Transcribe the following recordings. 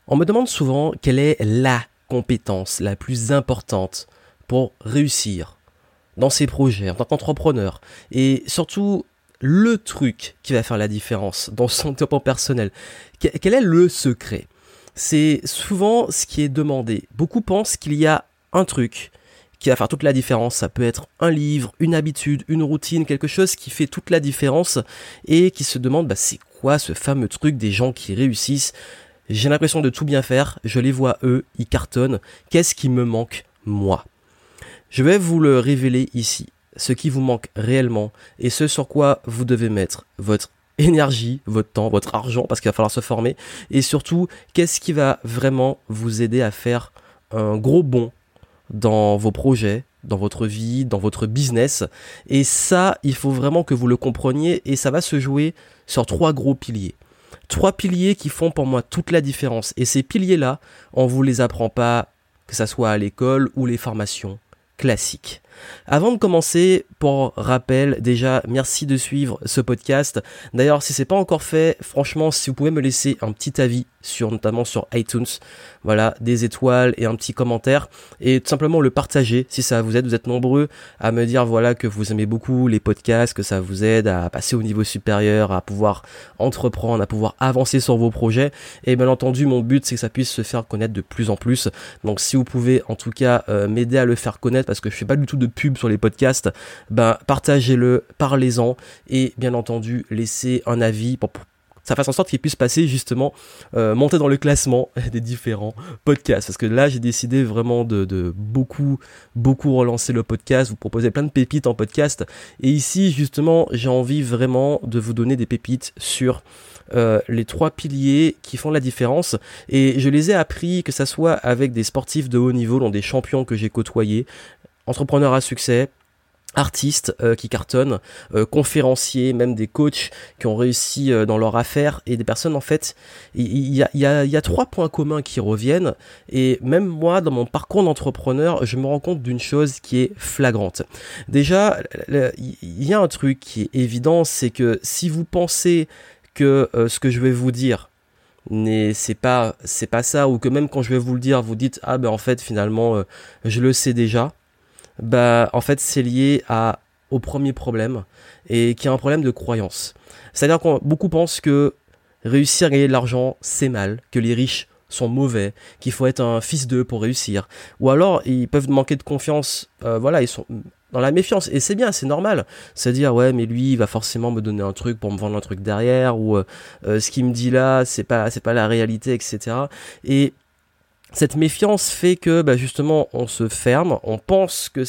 On me demande souvent quelle est la compétence la plus importante pour réussir dans ses projets en tant qu'entrepreneur et surtout le truc qui va faire la différence dans son développement personnel. Quel est le secret? C'est souvent ce qui est demandé. Beaucoup pensent qu'il y a un truc qui va faire toute la différence. Ça peut être un livre, une habitude, une routine, quelque chose qui fait toute la différence et qui se demandent c'est quoi ce fameux truc des gens qui réussissent? J'ai l'impression de tout bien faire, je les vois eux, ils cartonnent. Qu'est-ce qui me manque moi? Je vais vous le révéler ici, ce qui vous manque réellement et ce sur quoi vous devez mettre votre énergie, votre temps, votre argent, parce qu'il va falloir se former, et surtout, qu'est-ce qui va vraiment vous aider à faire un gros bond dans vos projets, dans votre vie, dans votre business. Et ça, il faut vraiment que vous le compreniez, et ça va se jouer sur 3 gros piliers. 3 piliers qui font pour moi toute la différence. Et ces piliers-là, on vous les apprend pas, que ça soit à l'école ou les formations classiques. Avant de commencer, pour rappel, déjà, merci de suivre ce podcast. D'ailleurs, si c'est pas encore fait, franchement, si vous pouvez me laisser un petit avis notamment sur iTunes, voilà, des étoiles et un petit commentaire, et tout simplement le partager si ça vous aide. Vous êtes nombreux à me dire voilà que vous aimez beaucoup les podcasts, que ça vous aide à passer au niveau supérieur, à pouvoir entreprendre, à pouvoir avancer sur vos projets. Et bien entendu, mon but c'est que ça puisse se faire connaître de plus en plus. Donc si vous pouvez en tout cas m'aider à le faire connaître, parce que je fais pas du tout de pub sur les podcasts, partagez-le, parlez-en, et bien entendu laissez un avis pour ça fasse en sorte qu'il puisse passer justement, monter dans le classement des différents podcasts. Parce que là, j'ai décidé vraiment de beaucoup relancer le podcast, vous proposer plein de pépites en podcast. Et ici, justement, j'ai envie vraiment de vous donner des pépites sur les 3 piliers qui font la différence. Et je les ai appris, que ça soit avec des sportifs de haut niveau, dont des champions que j'ai côtoyés, entrepreneurs à succès, artistes qui cartonnent, conférenciers, même des coachs qui ont réussi dans leur affaire, et des personnes en fait, il y a 3 points communs qui reviennent, et même moi dans mon parcours d'entrepreneur, je me rends compte d'une chose qui est flagrante. Déjà, il y a un truc qui est évident, c'est que si vous pensez que ce que je vais vous dire c'est pas ça, ou que même quand je vais vous le dire, vous dites en fait finalement je le sais déjà, en fait c'est lié au premier problème, et qui est un problème de croyance. C'est-à-dire que beaucoup pensent que réussir à gagner de l'argent c'est mal, que les riches sont mauvais, qu'il faut être un fils d'eux pour réussir, ou alors ils peuvent manquer de confiance, ils sont dans la méfiance, et c'est bien, c'est normal. C'est-à-dire ouais mais lui il va forcément me donner un truc pour me vendre un truc derrière, ou ce qu'il me dit là c'est pas la réalité, etc. Et cette méfiance fait que justement on se ferme, on pense que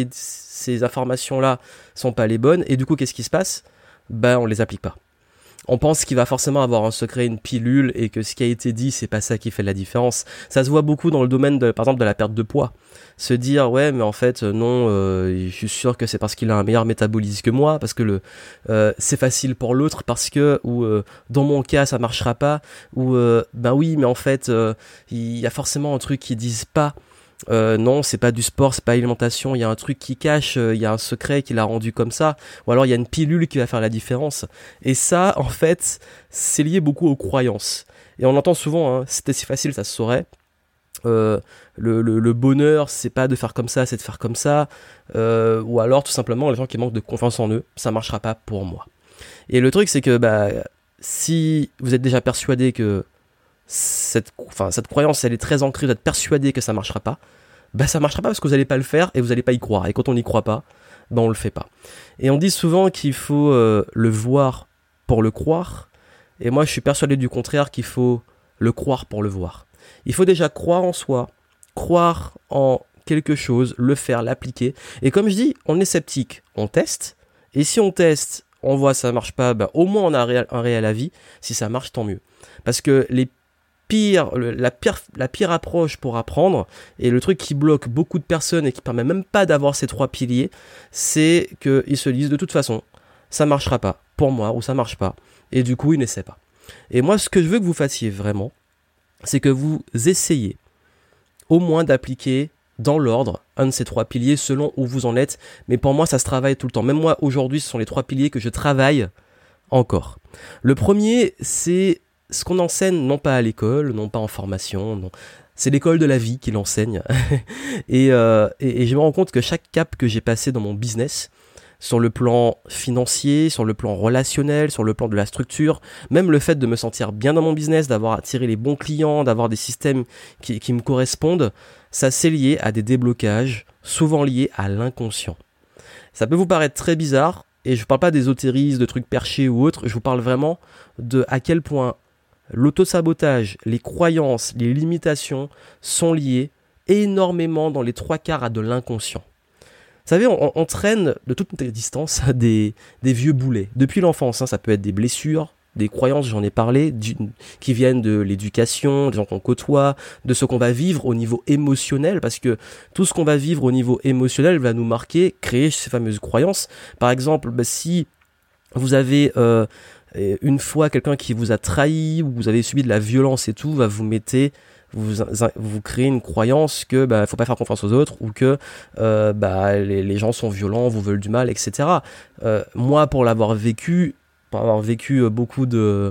ces informations-là sont pas les bonnes, et du coup qu'est-ce qui se passe? On les applique pas. On pense qu'il va forcément avoir un secret, une pilule, et que ce qui a été dit c'est pas ça qui fait la différence. Ça se voit beaucoup dans le domaine par exemple de la perte de poids. Se dire ouais mais en fait non, je suis sûr que c'est parce qu'il a un meilleur métabolisme que moi, parce que c'est facile pour l'autre, parce que dans mon cas ça marchera pas, ou oui mais en fait il y a forcément un truc qu'ils disent pas. Non, c'est pas du sport, c'est pas l'alimentation, il y a un truc qui cache, il y a un secret qui l'a rendu comme ça, ou alors il y a une pilule qui va faire la différence. Et ça, en fait, c'est lié beaucoup aux croyances. Et on entend souvent, si c'était si facile, ça se saurait. Le bonheur, c'est pas de faire comme ça, c'est de faire comme ça. Ou alors, tout simplement, les gens qui manquent de confiance en eux, ça marchera pas pour moi. Et le truc, c'est que si vous êtes déjà persuadé que cette croyance elle est très ancrée, vous êtes persuadé que ça marchera pas, ça marchera pas parce que vous allez pas le faire et vous allez pas y croire, et quand on n'y croit pas, on le fait pas. Et on dit souvent qu'il faut le voir pour le croire, et moi je suis persuadé du contraire, qu'il faut le croire pour le voir. Il faut déjà croire en soi, croire en quelque chose, le faire, l'appliquer, et comme je dis, on est sceptique, on teste, et si on teste, on voit ça marche pas, au moins on a un réel avis. Si ça marche, tant mieux, parce que la pire approche pour apprendre, et le truc qui bloque beaucoup de personnes et qui permet même pas d'avoir ces 3 piliers, c'est qu'ils se disent de toute façon ça marchera pas pour moi, ou ça marche pas, et du coup ils n'essaient pas. Et moi ce que je veux que vous fassiez vraiment, c'est que vous essayez au moins d'appliquer dans l'ordre un de ces 3 piliers selon où vous en êtes. Mais pour moi ça se travaille tout le temps, même moi aujourd'hui ce sont les 3 piliers que je travaille encore. Le premier, c'est ce qu'on enseigne, non pas à l'école, non pas en formation, non. C'est l'école de la vie qui l'enseigne. et je me rends compte que chaque cap que j'ai passé dans mon business, sur le plan financier, sur le plan relationnel, sur le plan de la structure, même le fait de me sentir bien dans mon business, d'avoir attiré les bons clients, d'avoir des systèmes qui me correspondent, ça c'est lié à des déblocages, souvent liés à l'inconscient. Ça peut vous paraître très bizarre, et je ne parle pas d'ésotérisme, de trucs perchés ou autres, je vous parle vraiment de à quel point l'autosabotage, les croyances, les limitations sont liées énormément dans les 3/4 à de l'inconscient. Vous savez, on traîne de toute notre existence des vieux boulets. Depuis l'enfance, ça peut être des blessures, des croyances, j'en ai parlé, qui viennent de l'éducation, des gens qu'on côtoie, de ce qu'on va vivre au niveau émotionnel, parce que tout ce qu'on va vivre au niveau émotionnel va nous marquer, créer ces fameuses croyances. Par exemple, si vous avez une fois quelqu'un qui vous a trahi, ou vous avez subi de la violence et tout, vous créez une croyance que faut pas faire confiance aux autres, ou que les gens sont violents, vous veulent du mal, etc. Moi, pour avoir vécu beaucoup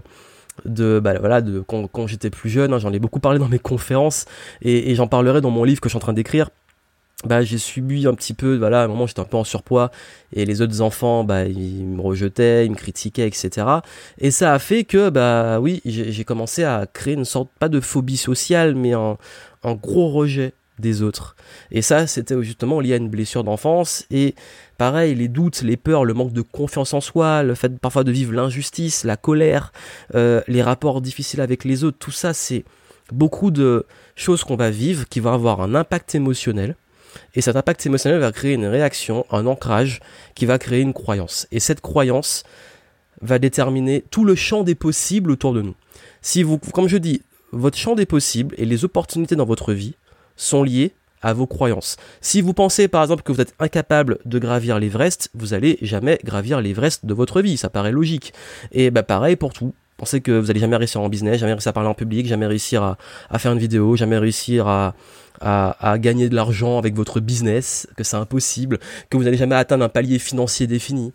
quand j'étais plus jeune, j'en ai beaucoup parlé dans mes conférences, et j'en parlerai dans mon livre que je suis en train d'écrire. J'ai subi un petit peu, à un moment j'étais un peu en surpoids, et les autres enfants, ils me rejetaient, ils me critiquaient, etc. Et ça a fait que, j'ai commencé à créer une sorte, pas de phobie sociale, mais un gros rejet des autres. Et ça, c'était justement lié à une blessure d'enfance, et pareil, les doutes, les peurs, le manque de confiance en soi, le fait parfois de vivre l'injustice, la colère, les rapports difficiles avec les autres, tout ça, c'est beaucoup de choses qu'on va vivre, qui vont avoir un impact émotionnel. Et cet impact émotionnel va créer une réaction, un ancrage qui va créer une croyance. Et cette croyance va déterminer tout le champ des possibles autour de nous. Si vous, comme je dis, votre champ des possibles et les opportunités dans votre vie sont liées à vos croyances. Si vous pensez par exemple que vous êtes incapable de gravir l'Everest, vous allez jamais gravir l'Everest de votre vie, ça paraît logique. Et pareil pour tout. Pensez que vous allez jamais réussir en business, jamais réussir à parler en public, jamais réussir à faire une vidéo, jamais réussir à gagner de l'argent avec votre business, que c'est impossible, que vous n'allez jamais atteindre un palier financier défini.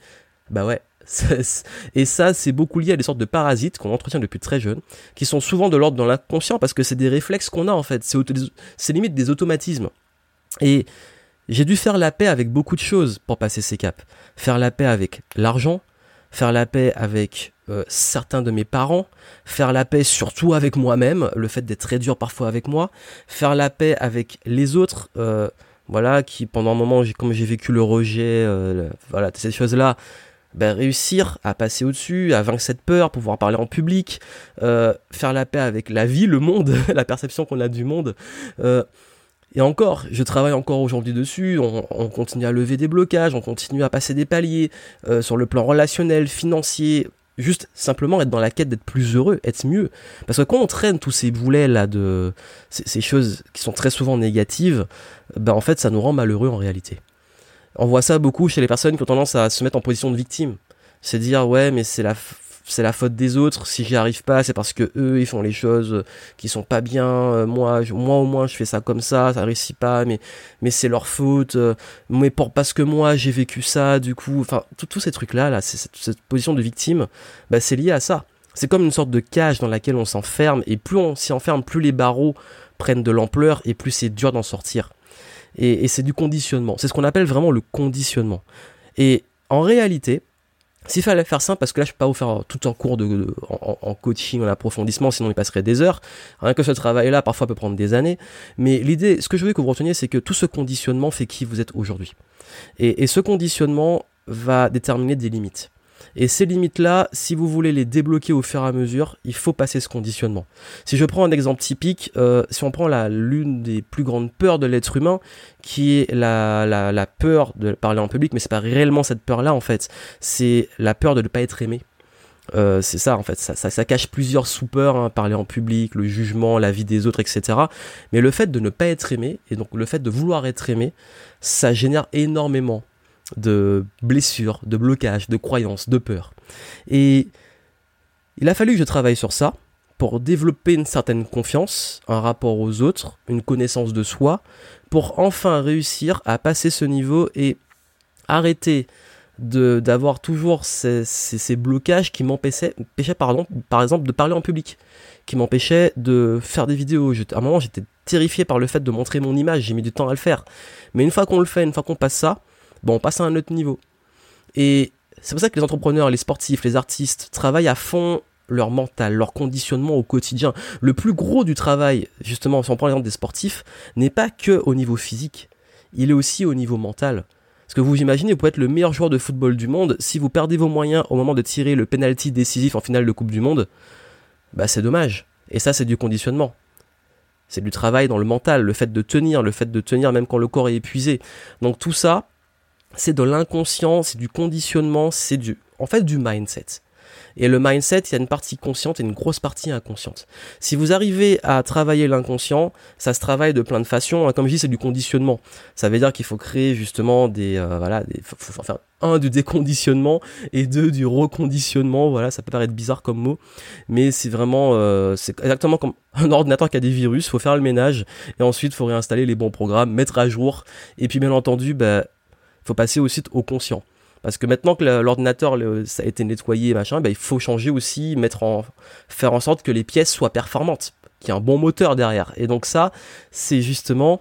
Et ça, c'est beaucoup lié à des sortes de parasites qu'on entretient depuis très jeune, qui sont souvent de l'ordre dans l'inconscient, parce que c'est des réflexes qu'on a en fait, c'est limite des automatismes. Et j'ai dû faire la paix avec beaucoup de choses pour passer ces caps. Faire la paix avec l'argent, faire la paix avec certains de mes parents, faire la paix surtout avec moi-même, le fait d'être très dur parfois avec moi, faire la paix avec les autres, qui pendant un moment, comme j'ai vécu le rejet, ces choses-là, réussir à passer au-dessus, à vaincre cette peur, pouvoir parler en public, faire la paix avec la vie, le monde, la perception qu'on a du monde. Et encore, je travaille encore aujourd'hui dessus, on continue à lever des blocages, on continue à passer des paliers sur le plan relationnel, financier, juste simplement être dans la quête d'être plus heureux, être mieux. Parce que quand on traîne tous ces boulets là de ces choses qui sont très souvent négatives, en fait ça nous rend malheureux en réalité. On voit ça beaucoup chez les personnes qui ont tendance à se mettre en position de victime. C'est dire ouais mais c'est la faute des autres, si j'y arrive pas c'est parce que eux ils font les choses qui sont pas bien, moi au moins je fais ça comme ça réussit pas, mais c'est leur faute, parce que moi j'ai vécu ça, du coup, tous ces trucs là cette position de victime, c'est lié à ça. C'est comme une sorte de cage dans laquelle on s'enferme, et plus on s'y enferme, plus les barreaux prennent de l'ampleur, et plus c'est dur d'en sortir. Et c'est du conditionnement, c'est ce qu'on appelle vraiment le conditionnement. Et en réalité, s'il fallait faire simple, parce que là je peux pas vous faire tout un cours en coaching, en approfondissement, sinon il passerait des heures. Rien que ce travail-là, parfois peut prendre des années. Mais l'idée, ce que je veux que vous reteniez, c'est que tout ce conditionnement fait qui vous êtes aujourd'hui. Et ce conditionnement va déterminer des limites. Et ces limites-là, si vous voulez les débloquer au fur et à mesure, il faut passer ce conditionnement. Si je prends un exemple typique, si on prend l'une des plus grandes peurs de l'être humain, qui est la peur de parler en public, mais c'est pas réellement cette peur-là en fait, c'est la peur de ne pas être aimé. C'est ça en fait, ça cache plusieurs sous-peurs, parler en public, le jugement, la vie des autres, etc. Mais le fait de ne pas être aimé, et donc le fait de vouloir être aimé, ça génère énormément de blessures, de blocages, de croyances, de peurs. Et il a fallu que je travaille sur ça pour développer une certaine confiance, un rapport aux autres, une connaissance de soi, pour enfin réussir à passer ce niveau et arrêter d'avoir toujours ces blocages qui m'empêchaient, par exemple, de parler en public, qui m'empêchaient de faire des vidéos. À un moment, j'étais terrifié par le fait de montrer mon image, j'ai mis du temps à le faire. Mais une fois qu'on le fait, une fois qu'on passe ça, on passe à un autre niveau. Et c'est pour ça que les entrepreneurs, les sportifs, les artistes travaillent à fond leur mental, leur conditionnement au quotidien. Le plus gros du travail, justement, si on prend l'exemple des sportifs, n'est pas que au niveau physique, il est aussi au niveau mental. Parce que vous imaginez, vous pouvez être le meilleur joueur de football du monde, si vous perdez vos moyens au moment de tirer le penalty décisif en finale de Coupe du Monde, c'est dommage. Et ça, c'est du conditionnement. C'est du travail dans le mental, le fait de tenir même quand le corps est épuisé. Donc tout ça, c'est de l'inconscient, c'est du conditionnement, c'est du mindset. Et le mindset, il y a une partie consciente et une grosse partie inconsciente. Si vous arrivez à travailler l'inconscient, ça se travaille de plein de façons. Comme je dis, c'est du conditionnement. Ça veut dire qu'il faut créer justement faut faire du déconditionnement et du reconditionnement. Voilà, ça peut paraître bizarre comme mot, mais c'est vraiment, c'est exactement comme un ordinateur qui a des virus. Il faut faire le ménage et ensuite il faut réinstaller les bons programmes, mettre à jour. Et puis bien entendu, faut passer aussi au conscient. Parce que maintenant que l'ordinateur ça a été nettoyé, il faut changer aussi, faire en sorte que les pièces soient performantes, qu'il y ait un bon moteur derrière. Et donc ça, c'est justement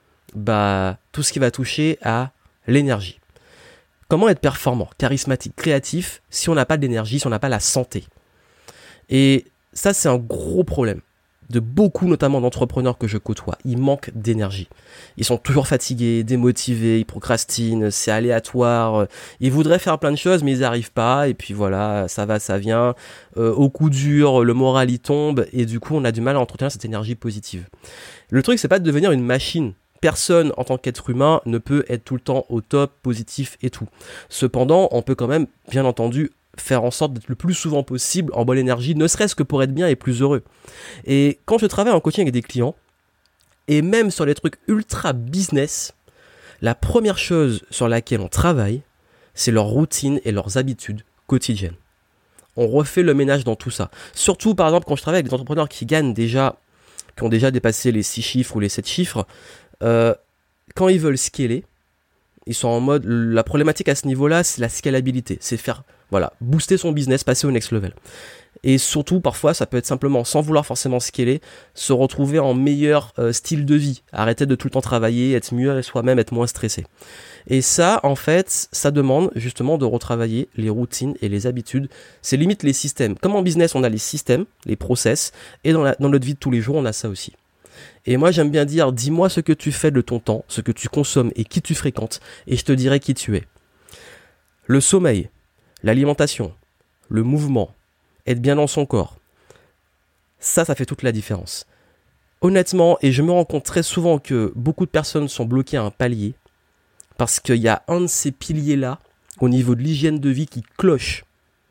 tout ce qui va toucher à l'énergie. Comment être performant, charismatique, créatif, si on n'a pas d'énergie, si on n'a pas la santé? Et ça, c'est un gros problème de beaucoup, notamment d'entrepreneurs que je côtoie. Ils manquent d'énergie. Ils sont toujours fatigués, démotivés, ils procrastinent, c'est aléatoire. Ils voudraient faire plein de choses, mais ils n'y arrivent pas. Et puis voilà, ça va, ça vient. Au coup dur, le moral y tombe. Et du coup, on a du mal à entretenir cette énergie positive. Le truc, c'est pas de devenir une machine. Personne, en tant qu'être humain, ne peut être tout le temps au top, positif et tout. Cependant, on peut quand même, bien entendu, faire en sorte d'être le plus souvent possible en bonne énergie, ne serait-ce que pour être bien et plus heureux. Et quand je travaille en coaching avec des clients, et même sur les trucs ultra business, la première chose sur laquelle on travaille, c'est leur routine et leurs habitudes quotidiennes. On refait le ménage dans tout ça. Surtout, par exemple, quand je travaille avec des entrepreneurs qui ont déjà dépassé les 6 chiffres ou les 7 chiffres, quand ils veulent scaler, ils sont en mode, la problématique à ce niveau-là, c'est la scalabilité, c'est faire, booster son business, passer au next level. Et surtout, parfois, ça peut être simplement, sans vouloir forcément scaler, se retrouver en meilleur style de vie, arrêter de tout le temps travailler, être mieux avec soi-même, être moins stressé. Et ça, en fait, ça demande justement de retravailler les routines et les habitudes. C'est limite les systèmes. Comme en business, on a les systèmes, les process, et dans notre vie de tous les jours, on a ça aussi. Et moi, j'aime bien dire, dis-moi ce que tu fais de ton temps, ce que tu consommes et qui tu fréquentes, et je te dirai qui tu es. Le sommeil, l'alimentation, le mouvement, être bien dans son corps, ça fait toute la différence. Honnêtement, et je me rends compte très souvent que beaucoup de personnes sont bloquées à un palier, parce qu'il y a un de ces piliers-là, au niveau de l'hygiène de vie, qui cloche.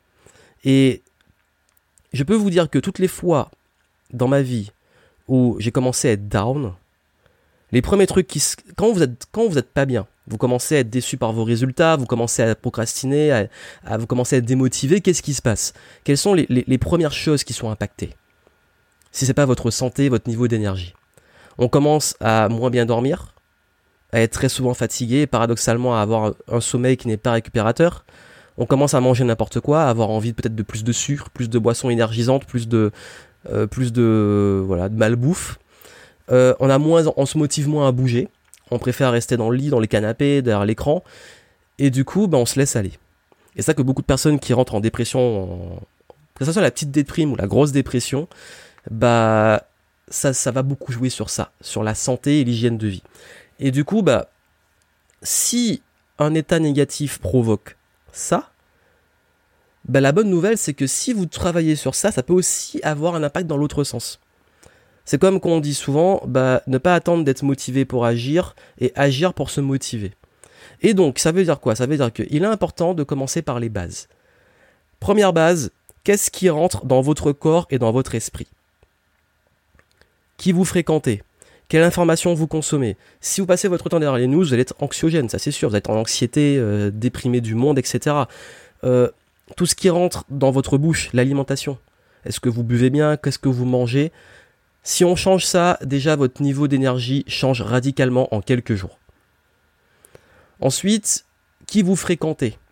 Et je peux vous dire que toutes les fois dans ma vie où j'ai commencé à être down, les premiers trucs quand vous êtes pas bien, vous commencez à être déçu par vos résultats, vous commencez à procrastiner, vous commencez à être démotivé, qu'est-ce qui se passe? Quelles sont les premières choses qui sont impactées? Si c'est pas votre santé, votre niveau d'énergie. On commence à moins bien dormir, à être très souvent fatigué, paradoxalement à avoir un sommeil qui n'est pas récupérateur. On commence à manger n'importe quoi, à avoir envie peut-être de plus de sucre, plus de boissons énergisantes, plus de malbouffe. On se motive moins à bouger. On préfère rester dans le lit, dans les canapés, derrière l'écran. Et du coup, on se laisse aller. Et c'est ça que beaucoup de personnes qui rentrent en dépression, que ce soit la petite déprime ou la grosse dépression, ça va beaucoup jouer sur ça, sur la santé et l'hygiène de vie. Et du coup, si un état négatif provoque ça, la bonne nouvelle, c'est que si vous travaillez sur ça, ça peut aussi avoir un impact dans l'autre sens. C'est comme qu'on dit souvent, ne pas attendre d'être motivé pour agir et agir pour se motiver. Et donc, ça veut dire quoi? Ça veut dire qu'il est important de commencer par les bases. Première base, qu'est-ce qui rentre dans votre corps et dans votre esprit? Qui vous fréquentez? Quelle information vous consommez? Si vous passez votre temps derrière les news, vous allez être anxiogène, ça c'est sûr. Vous allez être en anxiété, déprimé du monde, etc. Tout ce qui rentre dans votre bouche, l'alimentation. Est-ce que vous buvez bien? Qu'est-ce que vous mangez? Si on change ça, déjà votre niveau d'énergie change radicalement en quelques jours. Ensuite, qui vous fréquentez?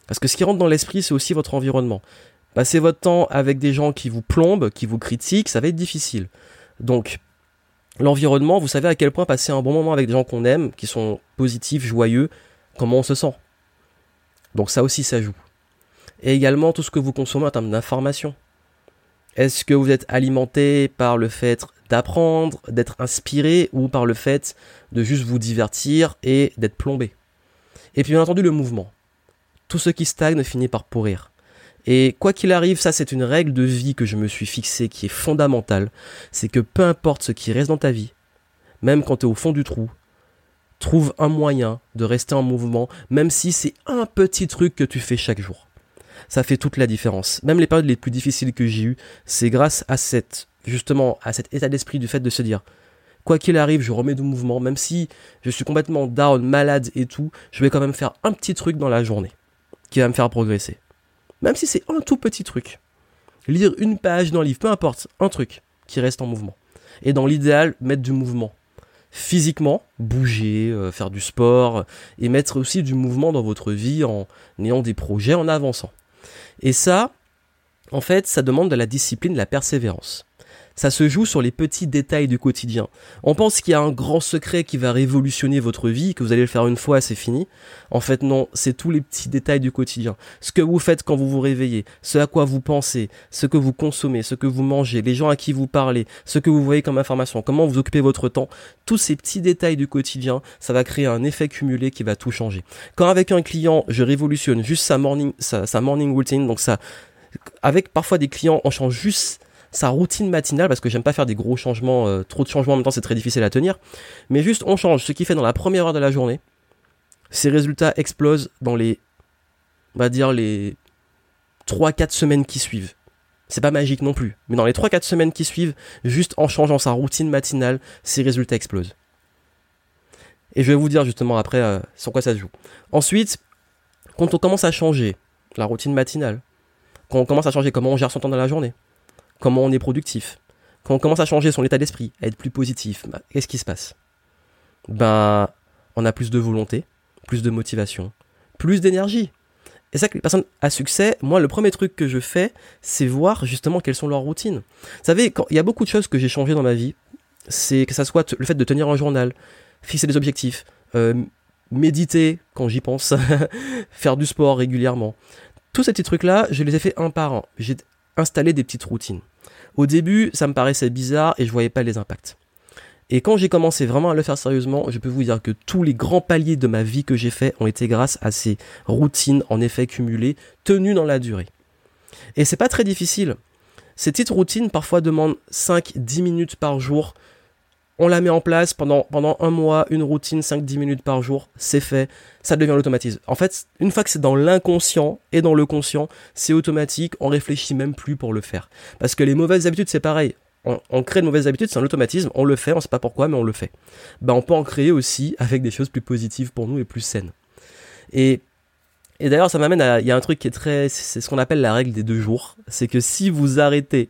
Parce que ce qui rentre dans l'esprit, c'est aussi votre environnement. Passer votre temps avec des gens qui vous plombent, qui vous critiquent, ça va être difficile. Donc, l'environnement, vous savez à quel point passer un bon moment avec des gens qu'on aime, qui sont positifs, joyeux, comment on se sent. Donc ça aussi, ça joue. Et également, tout ce que vous consommez en termes d'information. Est-ce que vous êtes alimenté par le fait d'apprendre, d'être inspiré, ou par le fait de juste vous divertir et d'être plombé? Et puis bien entendu, le mouvement. Tout ce qui stagne finit par pourrir. Et quoi qu'il arrive, ça c'est une règle de vie que je me suis fixée qui est fondamentale, c'est que peu importe ce qui reste dans ta vie, même quand tu es au fond du trou, trouve un moyen de rester en mouvement, même si c'est un petit truc que tu fais chaque jour. Ça fait toute la différence. Même les périodes les plus difficiles que j'ai eues, c'est grâce à cet état d'esprit du fait de se dire, quoi qu'il arrive, je remets du mouvement, même si je suis complètement down, malade et tout, je vais quand même faire un petit truc dans la journée qui va me faire progresser. Même si c'est un tout petit truc. Lire une page d'un livre, peu importe, un truc qui reste en mouvement. Et dans l'idéal, mettre du mouvement. Physiquement, bouger, faire du sport, et mettre aussi du mouvement dans votre vie en ayant des projets, en avançant. Et ça, en fait, ça demande de la discipline, de la persévérance. Ça se joue sur les petits détails du quotidien. On pense qu'il y a un grand secret qui va révolutionner votre vie, que vous allez le faire une fois, c'est fini. En fait, non, c'est tous les petits détails du quotidien. Ce que vous faites quand vous vous réveillez, ce à quoi vous pensez, ce que vous consommez, ce que vous mangez, les gens à qui vous parlez, ce que vous voyez comme information, comment vous occupez votre temps. Tous ces petits détails du quotidien, ça va créer un effet cumulé qui va tout changer. Quand avec un client, je révolutionne juste sa morning routine, donc ça, avec parfois des clients, on change juste sa routine matinale, parce que j'aime pas faire des gros changements, trop de changements en même temps c'est très difficile à tenir, mais juste on change ce qu'il fait dans la première heure de la journée, ses résultats explosent dans les 3-4 semaines qui suivent. C'est pas magique non plus, mais dans les 3-4 semaines qui suivent, juste en changeant sa routine matinale, ses résultats explosent. Et je vais vous dire justement après sur quoi ça se joue. Ensuite, quand on commence à changer la routine matinale, quand on commence à changer comment on gère son temps dans la journée, comment on est productif, quand on commence à changer son état d'esprit, à être plus positif, qu'est-ce qui se passe? On a plus de volonté, plus de motivation, plus d'énergie. Et ça que les personnes à succès, moi le premier truc que je fais, c'est voir justement quelles sont leurs routines. Vous savez, il y a beaucoup de choses que j'ai changées dans ma vie, c'est que ça soit le fait de tenir un journal, fixer des objectifs, méditer quand j'y pense, faire du sport régulièrement. Tous ces petits trucs-là, je les ai fait un par un. J'ai installé des petites routines. Au début, ça me paraissait bizarre et je voyais pas les impacts. Et quand j'ai commencé vraiment à le faire sérieusement, je peux vous dire que tous les grands paliers de ma vie que j'ai fait ont été grâce à ces routines en effet cumulées, tenues dans la durée. Et c'est pas très difficile. Ces petites routines parfois demandent 5-10 minutes par jour. On la met en place pendant un mois, une routine 5-10 minutes par jour, c'est fait, ça devient l'automatisme. En fait, une fois que c'est dans l'inconscient et dans le conscient, c'est automatique, on réfléchit même plus pour le faire. Parce que les mauvaises habitudes, c'est pareil. On crée de mauvaises habitudes, c'est un automatisme, on le fait, on sait pas pourquoi, mais on le fait. On peut en créer aussi avec des choses plus positives pour nous et plus saines. Et d'ailleurs, ça m'amène il y a un truc qui est c'est ce qu'on appelle la règle des 2 jours. C'est que si vous arrêtez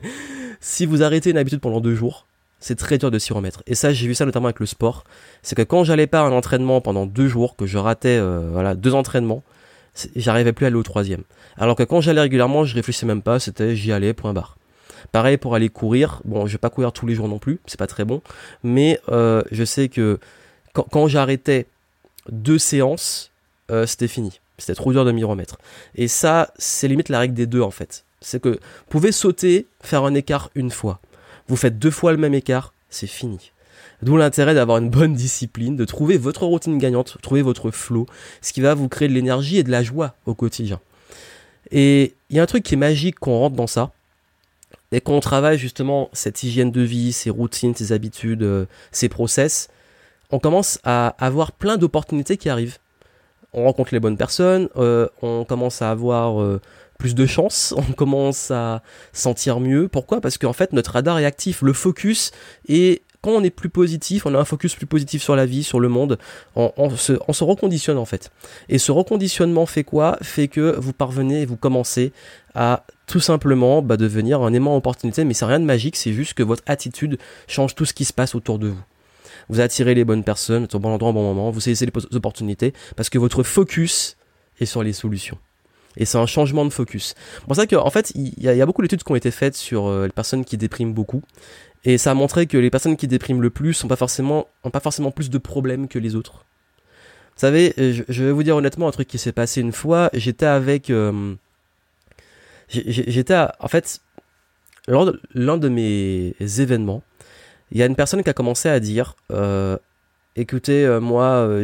une habitude pendant 2 jours, c'est très dur de s'y remettre. Et ça, j'ai vu ça notamment avec le sport. C'est que quand j'allais pas à un entraînement pendant 2 jours, que je ratais 2 entraînements, j'arrivais plus à aller au 3e. Alors que quand j'allais régulièrement, je réfléchissais même pas, c'était j'y allais, point barre. Pareil pour aller courir. Bon, je vais pas courir tous les jours non plus, c'est pas très bon. Mais je sais que quand j'arrêtais 2 séances, c'était fini. C'était trop dur de m'y remettre. Et ça, c'est limite la règle des 2 en fait. C'est que vous pouvez sauter, faire un écart une fois. Vous faites 2 fois le même écart, c'est fini. D'où l'intérêt d'avoir une bonne discipline, de trouver votre routine gagnante, trouver votre flow, ce qui va vous créer de l'énergie et de la joie au quotidien. Et il y a un truc qui est magique quand on rentre dans ça, et quand on travaille justement cette hygiène de vie, ces routines, ces habitudes, ces process, on commence à avoir plein d'opportunités qui arrivent. On rencontre les bonnes personnes, on commence à avoir plus de chance, on commence à sentir mieux. Pourquoi ? Parce qu'en fait, notre radar est actif, le focus, et quand on est plus positif, on a un focus plus positif sur la vie, sur le monde, on se reconditionne en fait. Et ce reconditionnement fait quoi ? Fait que vous parvenez et vous commencez à tout simplement devenir un aimant opportunité, mais c'est rien de magique, c'est juste que votre attitude change tout ce qui se passe autour de vous. Vous attirez les bonnes personnes, au bon endroit, au bon moment, vous saisissez les opportunités, parce que votre focus est sur les solutions. Et c'est un changement de focus. C'est pour ça qu'en fait, il y a beaucoup d'études qui ont été faites sur les personnes qui dépriment beaucoup. Et ça a montré que les personnes qui dépriment le plus ont pas forcément plus de problèmes que les autres. Vous savez, je vais vous dire honnêtement un truc qui s'est passé une fois. J'étais avec... en fait, lors de l'un de mes événements, il y a une personne qui a commencé à dire écoutez, moi,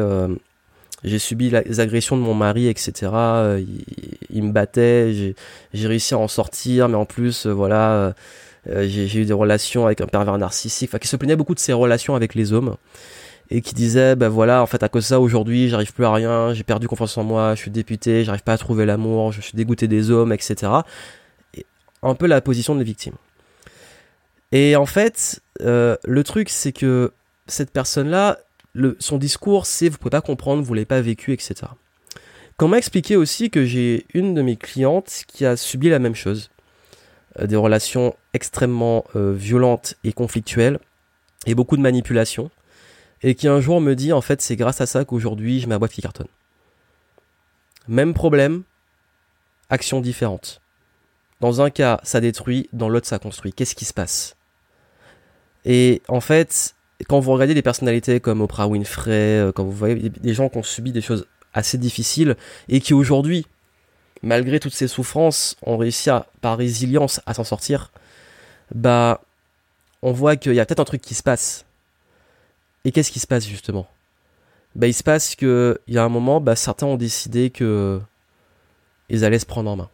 j'ai subi les agressions de mon mari, etc. Il me battait, j'ai réussi à en sortir, mais en plus, voilà, j'ai eu des relations avec un pervers narcissique, enfin, qui se plaignait beaucoup de ses relations avec les hommes, et qui disait, ben voilà, en fait, à cause de ça, aujourd'hui, j'arrive plus à rien, j'ai perdu confiance en moi, je suis député, j'arrive pas à trouver l'amour, je suis dégoûté des hommes, etc. Et un peu la position de victime. Et en fait, le truc, c'est que cette personne-là, son discours, c'est vous pouvez pas comprendre, vous l'avez pas vécu, etc. Qu'on m'a expliqué aussi que j'ai une de mes clientes qui a subi la même chose, des relations extrêmement violentes et conflictuelles, et beaucoup de manipulation, et qui un jour me dit, en fait, c'est grâce à ça qu'aujourd'hui, je mets ma boîte qui cartonne. Même problème, action différente. Dans un cas, ça détruit, dans l'autre, ça construit. Qu'est-ce qui se passe ? Et en fait, quand vous regardez des personnalités comme Oprah Winfrey, quand vous voyez des gens qui ont subi des choses assez difficiles et qui aujourd'hui, malgré toutes ces souffrances, ont réussi par résilience à s'en sortir, bah, on voit qu'il y a peut-être un truc qui se passe. Et qu'est-ce qui se passe justement ? Bah, il se passe qu'il y a un moment, bah, certains ont décidé que ils allaient se prendre en main.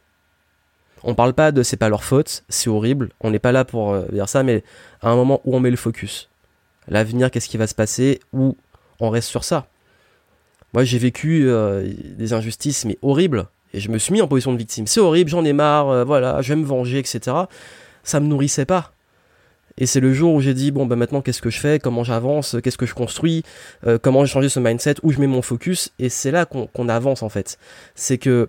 On parle pas de c'est pas leur faute, c'est horrible, on n'est pas là pour dire ça, mais à un moment où on met le focus. L'avenir, qu'est-ce qui va se passer, où on reste sur ça. Moi, j'ai vécu des injustices, mais horribles, et je me suis mis en position de victime. C'est horrible, j'en ai marre, voilà, je vais me venger, etc. Ça me nourrissait pas. Et c'est le jour où j'ai dit, bon, bah maintenant, qu'est-ce que je fais, comment j'avance, qu'est-ce que je construis, comment j'ai changé ce mindset, où je mets mon focus, et c'est là qu'on avance, en fait. C'est que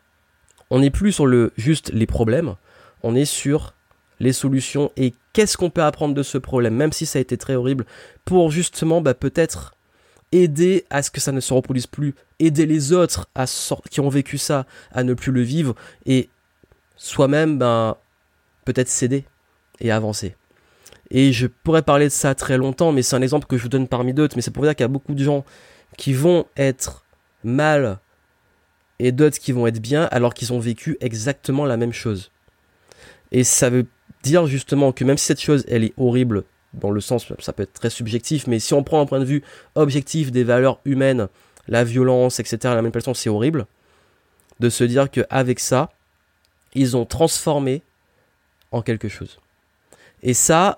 on n'est plus sur juste les problèmes, on est sur les solutions et qu'est-ce qu'on peut apprendre de ce problème, même si ça a été très horrible, pour justement peut-être aider à ce que ça ne se reproduise plus, aider les autres qui ont vécu ça à ne plus le vivre et soi-même peut-être céder et avancer. Et je pourrais parler de ça très longtemps, mais c'est un exemple que je vous donne parmi d'autres, mais c'est pour dire qu'il y a beaucoup de gens qui vont être mal et d'autres qui vont être bien alors qu'ils ont vécu exactement la même chose. Et ça veut dire justement que même si cette chose elle est horrible, dans le sens, ça peut être très subjectif, mais si on prend un point de vue objectif des valeurs humaines, la violence, etc., la manipulation, c'est horrible, de se dire qu'avec ça, ils ont transformé en quelque chose. Et ça,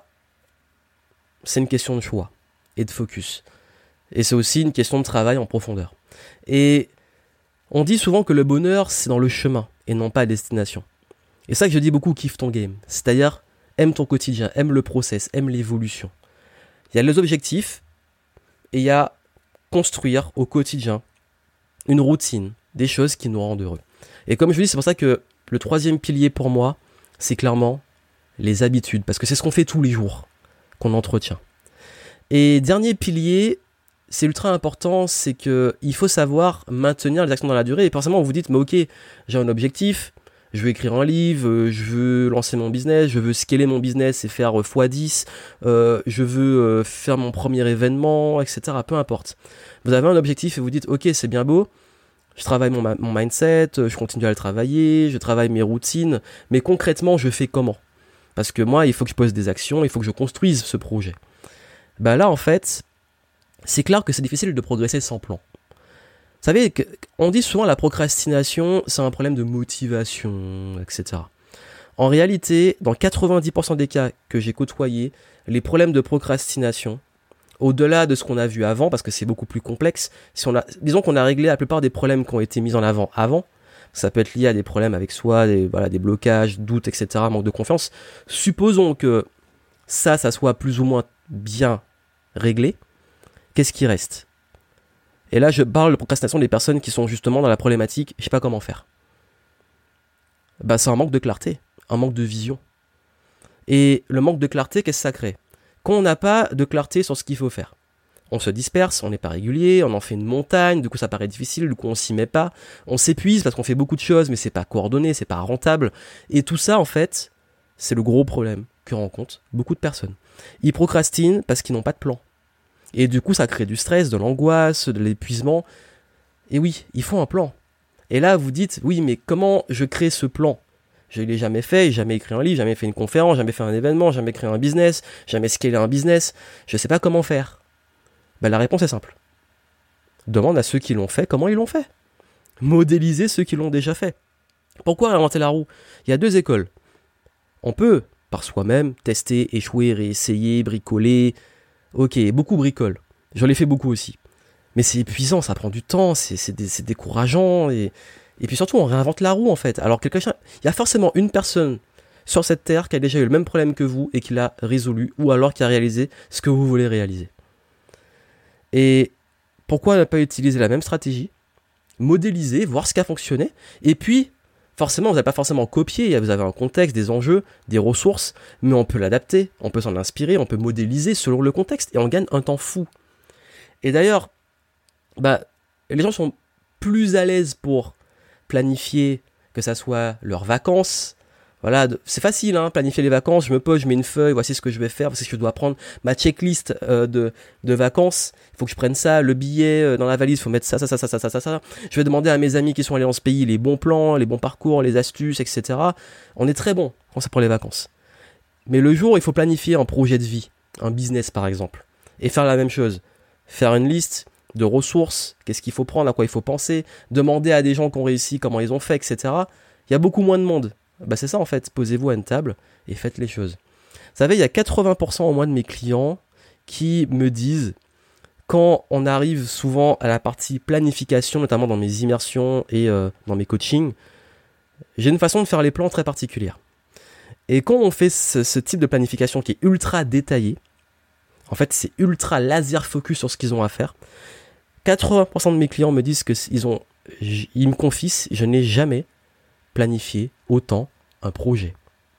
c'est une question de choix et de focus. Et c'est aussi une question de travail en profondeur. Et on dit souvent que le bonheur, c'est dans le chemin et non pas la destination. Et ça que je dis beaucoup, kiffe ton game. C'est-à-dire, aime ton quotidien, aime le process, aime l'évolution. Il y a les objectifs et il y a construire au quotidien une routine, des choses qui nous rendent heureux. Et comme je dis, c'est pour ça que le troisième pilier pour moi, c'est clairement les habitudes. Parce que c'est ce qu'on fait tous les jours, qu'on entretient. Et dernier pilier, c'est ultra important, c'est qu'il faut savoir maintenir les actions dans la durée. Et forcément, vous vous dites, mais ok, j'ai un objectif, je veux écrire un livre, je veux lancer mon business, je veux scaler mon business et faire x10, je veux faire mon premier événement, etc. Peu importe. Vous avez un objectif et vous dites, ok, c'est bien beau, je travaille mon mindset, je continue à le travailler, je travaille mes routines, mais concrètement, je fais comment ? Parce que moi, il faut que je pose des actions, il faut que je construise ce projet. Là, en fait, c'est clair que c'est difficile de progresser sans plan. Vous savez, on dit souvent la procrastination, c'est un problème de motivation, etc. En réalité, dans 90% des cas que j'ai côtoyés, les problèmes de procrastination, au-delà de ce qu'on a vu avant, parce que c'est beaucoup plus complexe, disons qu'on a réglé la plupart des problèmes qui ont été mis en avant, ça peut être lié à des problèmes avec soi, des blocages, doutes, etc., manque de confiance. Supposons que ça soit plus ou moins bien réglé. Qu'est-ce qui reste ? Et là, je parle de procrastination des personnes qui sont justement dans la problématique, je sais pas comment faire. C'est un manque de clarté, un manque de vision. Et le manque de clarté, qu'est-ce que ça crée ? Quand on n'a pas de clarté sur ce qu'il faut faire, On se disperse, on n'est pas régulier, on en fait une montagne, du coup ça paraît difficile, du coup on s'y met pas, on s'épuise parce qu'on fait beaucoup de choses mais c'est pas coordonné, c'est pas rentable, et tout ça en fait, c'est le gros problème que rencontrent beaucoup de personnes. Ils procrastinent parce qu'ils n'ont pas de plan. Et du coup ça crée du stress, de l'angoisse, de l'épuisement, et oui, il faut un plan. Et là vous dites, oui mais comment je crée ce plan ? Je l'ai jamais fait, j'ai jamais écrit un livre, jamais fait une conférence, jamais fait un événement, jamais créé un business, jamais scalé un business, je sais pas comment faire. Ben, la réponse est simple. Demande à ceux qui l'ont fait comment ils l'ont fait. Modélisez ceux qui l'ont déjà fait. Pourquoi réinventer la roue ? Il y a 2 écoles. On peut, par soi-même, tester, échouer, réessayer, bricoler. Ok, beaucoup bricolent. J'en ai fait beaucoup aussi. Mais c'est épuisant, ça prend du temps, c'est décourageant. Et puis surtout, on réinvente la roue en fait. Alors il y a forcément une personne sur cette terre qui a déjà eu le même problème que vous et qui l'a résolu, ou alors qui a réalisé ce que vous voulez réaliser. Et pourquoi ne pas utiliser la même stratégie, modéliser, voir ce qui a fonctionné, et puis, forcément, vous n'allez pas forcément copier, vous avez un contexte, des enjeux, des ressources, mais on peut l'adapter, on peut s'en inspirer, on peut modéliser selon le contexte, et on gagne un temps fou. Et d'ailleurs, les gens sont plus à l'aise pour planifier, que ça soit leurs vacances. Voilà, c'est facile, planifier les vacances, je me pose, je mets une feuille, voici ce que je vais faire, voici ce que je dois prendre, ma checklist de vacances, il faut que je prenne ça, le billet dans la valise, il faut mettre ça. Je vais demander à mes amis qui sont allés dans ce pays les bons plans, les bons parcours, les astuces, etc. On est très bon quand c'est pour les vacances. Mais le jour où il faut planifier un projet de vie, un business par exemple, et faire la même chose, faire une liste de ressources, qu'est-ce qu'il faut prendre, à quoi il faut penser, demander à des gens qui ont réussi, comment ils ont fait, etc. Il y a beaucoup moins de monde. C'est ça en fait, posez-vous à une table et faites les choses. Vous savez, il y a 80% au moins de mes clients qui me disent, quand on arrive souvent à la partie planification, notamment dans mes immersions et dans mes coachings, j'ai une façon de faire les plans très particulière. Et quand on fait ce type de planification qui est ultra détaillé, en fait c'est ultra laser focus sur ce qu'ils ont à faire, 80% de mes clients me disent qu'ils me confient, je n'ai jamais planifier autant un projet.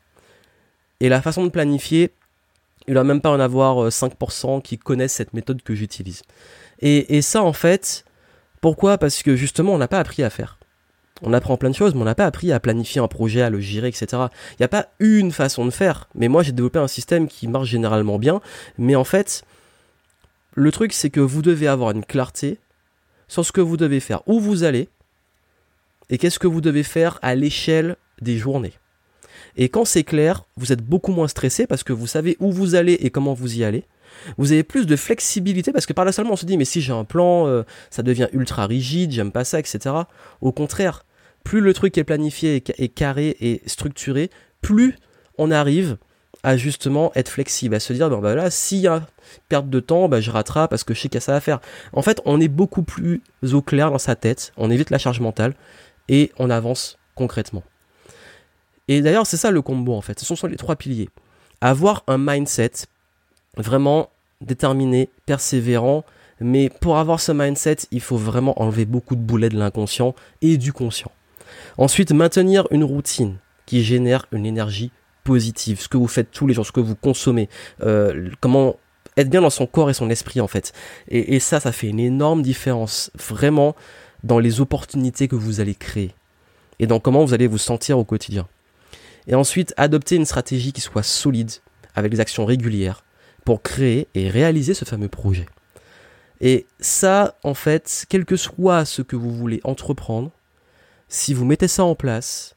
Et la façon de planifier, il ne va même pas en avoir 5% qui connaissent cette méthode que j'utilise. Et ça en fait, pourquoi ? Parce que justement on n'a pas appris à faire. On apprend plein de choses, mais on n'a pas appris à planifier un projet, à le gérer, etc. Il n'y a pas une façon de faire, mais moi j'ai développé un système qui marche généralement bien, mais en fait, le truc c'est que vous devez avoir une clarté sur ce que vous devez faire, où vous allez, et qu'est-ce que vous devez faire à l'échelle des journées. Et quand c'est clair, vous êtes beaucoup moins stressé parce que vous savez où vous allez et comment vous y allez. Vous avez plus de flexibilité parce que par là seulement on se dit mais si j'ai un plan, ça devient ultra rigide, j'aime pas ça, etc. Au contraire, plus le truc est planifié et carré et structuré, plus on arrive à justement être flexible, à se dire là s'il y a perte de temps, je rattrape parce que je sais qu'il y a ça à faire. En fait, on est beaucoup plus au clair dans sa tête, on évite la charge mentale. Et on avance concrètement. Et d'ailleurs, c'est ça le combo en fait. Ce sont les 3 piliers. Avoir un mindset vraiment déterminé, persévérant. Mais pour avoir ce mindset, il faut vraiment enlever beaucoup de boulets de l'inconscient et du conscient. Ensuite, maintenir une routine qui génère une énergie positive. Ce que vous faites tous les jours, ce que vous consommez. Comment être bien dans son corps et son esprit en fait. Et ça fait une énorme différence. Vraiment, dans les opportunités que vous allez créer et dans comment vous allez vous sentir au quotidien. Et ensuite, adopter une stratégie qui soit solide avec des actions régulières pour créer et réaliser ce fameux projet. Et ça, en fait, quel que soit ce que vous voulez entreprendre, si vous mettez ça en place,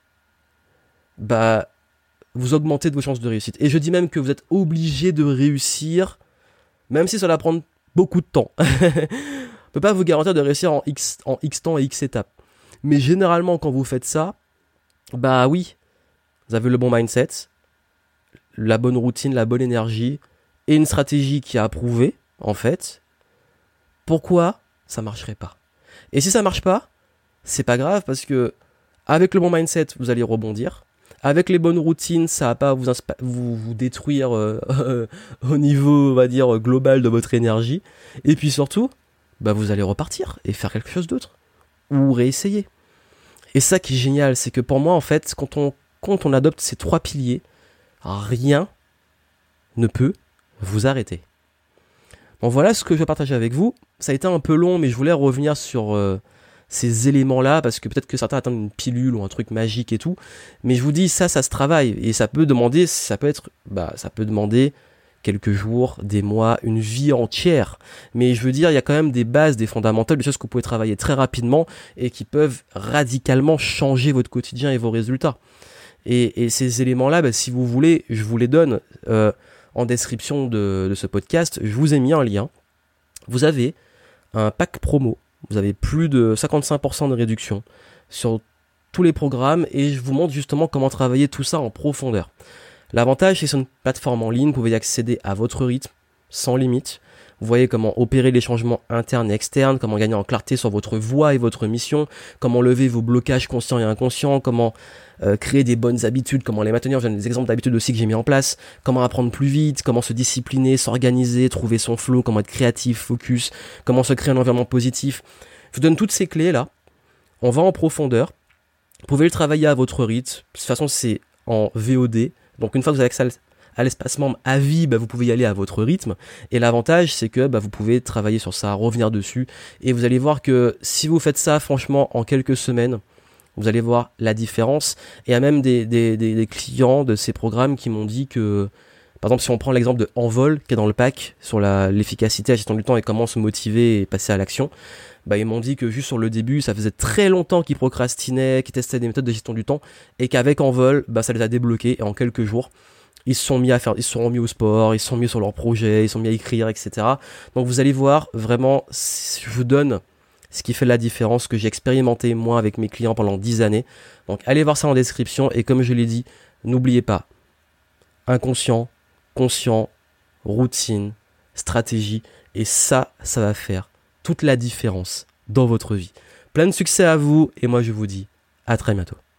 vous augmentez de vos chances de réussite. Et je dis même que vous êtes obligé de réussir, même si ça va prendre beaucoup de temps. Je ne peux pas vous garantir de réussir en X temps et X étapes. Mais généralement, quand vous faites ça, oui, vous avez le bon mindset, la bonne routine, la bonne énergie et une stratégie qui est approuvée, en fait. Pourquoi ça ne marcherait pas ? Et si ça ne marche pas, c'est pas grave parce que avec le bon mindset, vous allez rebondir. Avec les bonnes routines, ça va pas vous détruire au niveau, on va dire, global de votre énergie. Et puis surtout, vous allez repartir et faire quelque chose d'autre. Ou réessayer. Et ça qui est génial, c'est que pour moi, en fait, quand on adopte ces 3 piliers, rien ne peut vous arrêter. Donc voilà ce que je vais partager avec vous. Ça a été un peu long, mais je voulais revenir sur ces éléments-là, parce que peut-être que certains attendent une pilule ou un truc magique et tout. Mais je vous dis, ça se travaille. Et ça peut demander, ça peut demander quelques jours, des mois, une vie entière. Mais je veux dire, il y a quand même des bases, des fondamentales, des choses que vous pouvez travailler très rapidement et qui peuvent radicalement changer votre quotidien et vos résultats. Et ces éléments-là, si vous voulez, je vous les donne en description de ce podcast. Je vous ai mis un lien. Vous avez un pack promo. Vous avez plus de 55% de réduction sur tous les programmes et je vous montre justement comment travailler tout ça en profondeur. L'avantage, c'est sur une plateforme en ligne, vous pouvez y accéder à votre rythme, sans limite. Vous voyez comment opérer les changements internes et externes, comment gagner en clarté sur votre voie et votre mission, comment lever vos blocages conscients et inconscients, comment créer des bonnes habitudes, comment les maintenir. Je donne des exemples d'habitudes aussi que j'ai mis en place, comment apprendre plus vite, comment se discipliner, s'organiser, trouver son flow, comment être créatif, focus, comment se créer un environnement positif. Je vous donne toutes ces clés-là. On va en profondeur. Vous pouvez le travailler à votre rythme. De toute façon, c'est en VOD. Donc une fois que vous avez accès à l'espace membre à vie, vous pouvez y aller à votre rythme. Et l'avantage, c'est que vous pouvez travailler sur ça, revenir dessus. Et vous allez voir que si vous faites ça, franchement, en quelques semaines, vous allez voir la différence. Et il y a même des clients de ces programmes qui m'ont dit que, par exemple, si on prend l'exemple de Envol, qui est dans le pack, sur l'efficacité, la gestion du temps et comment se motiver et passer à l'action, ils m'ont dit que juste sur le début, ça faisait très longtemps qu'ils procrastinaient, qu'ils testaient des méthodes de gestion du temps, et qu'avec Envol, ça les a débloqués, et en quelques jours, ils se sont mis au sport, ils se sont mis sur leurs projets, ils se sont mis à écrire, etc. Donc vous allez voir, vraiment, je vous donne ce qui fait la différence, que j'ai expérimenté moi avec mes clients pendant 10 années. Donc allez voir ça en description, et comme je l'ai dit, n'oubliez pas, inconscient, conscient, routine, stratégie, et ça va faire toute la différence dans votre vie. Plein de succès à vous, et moi je vous dis à très bientôt.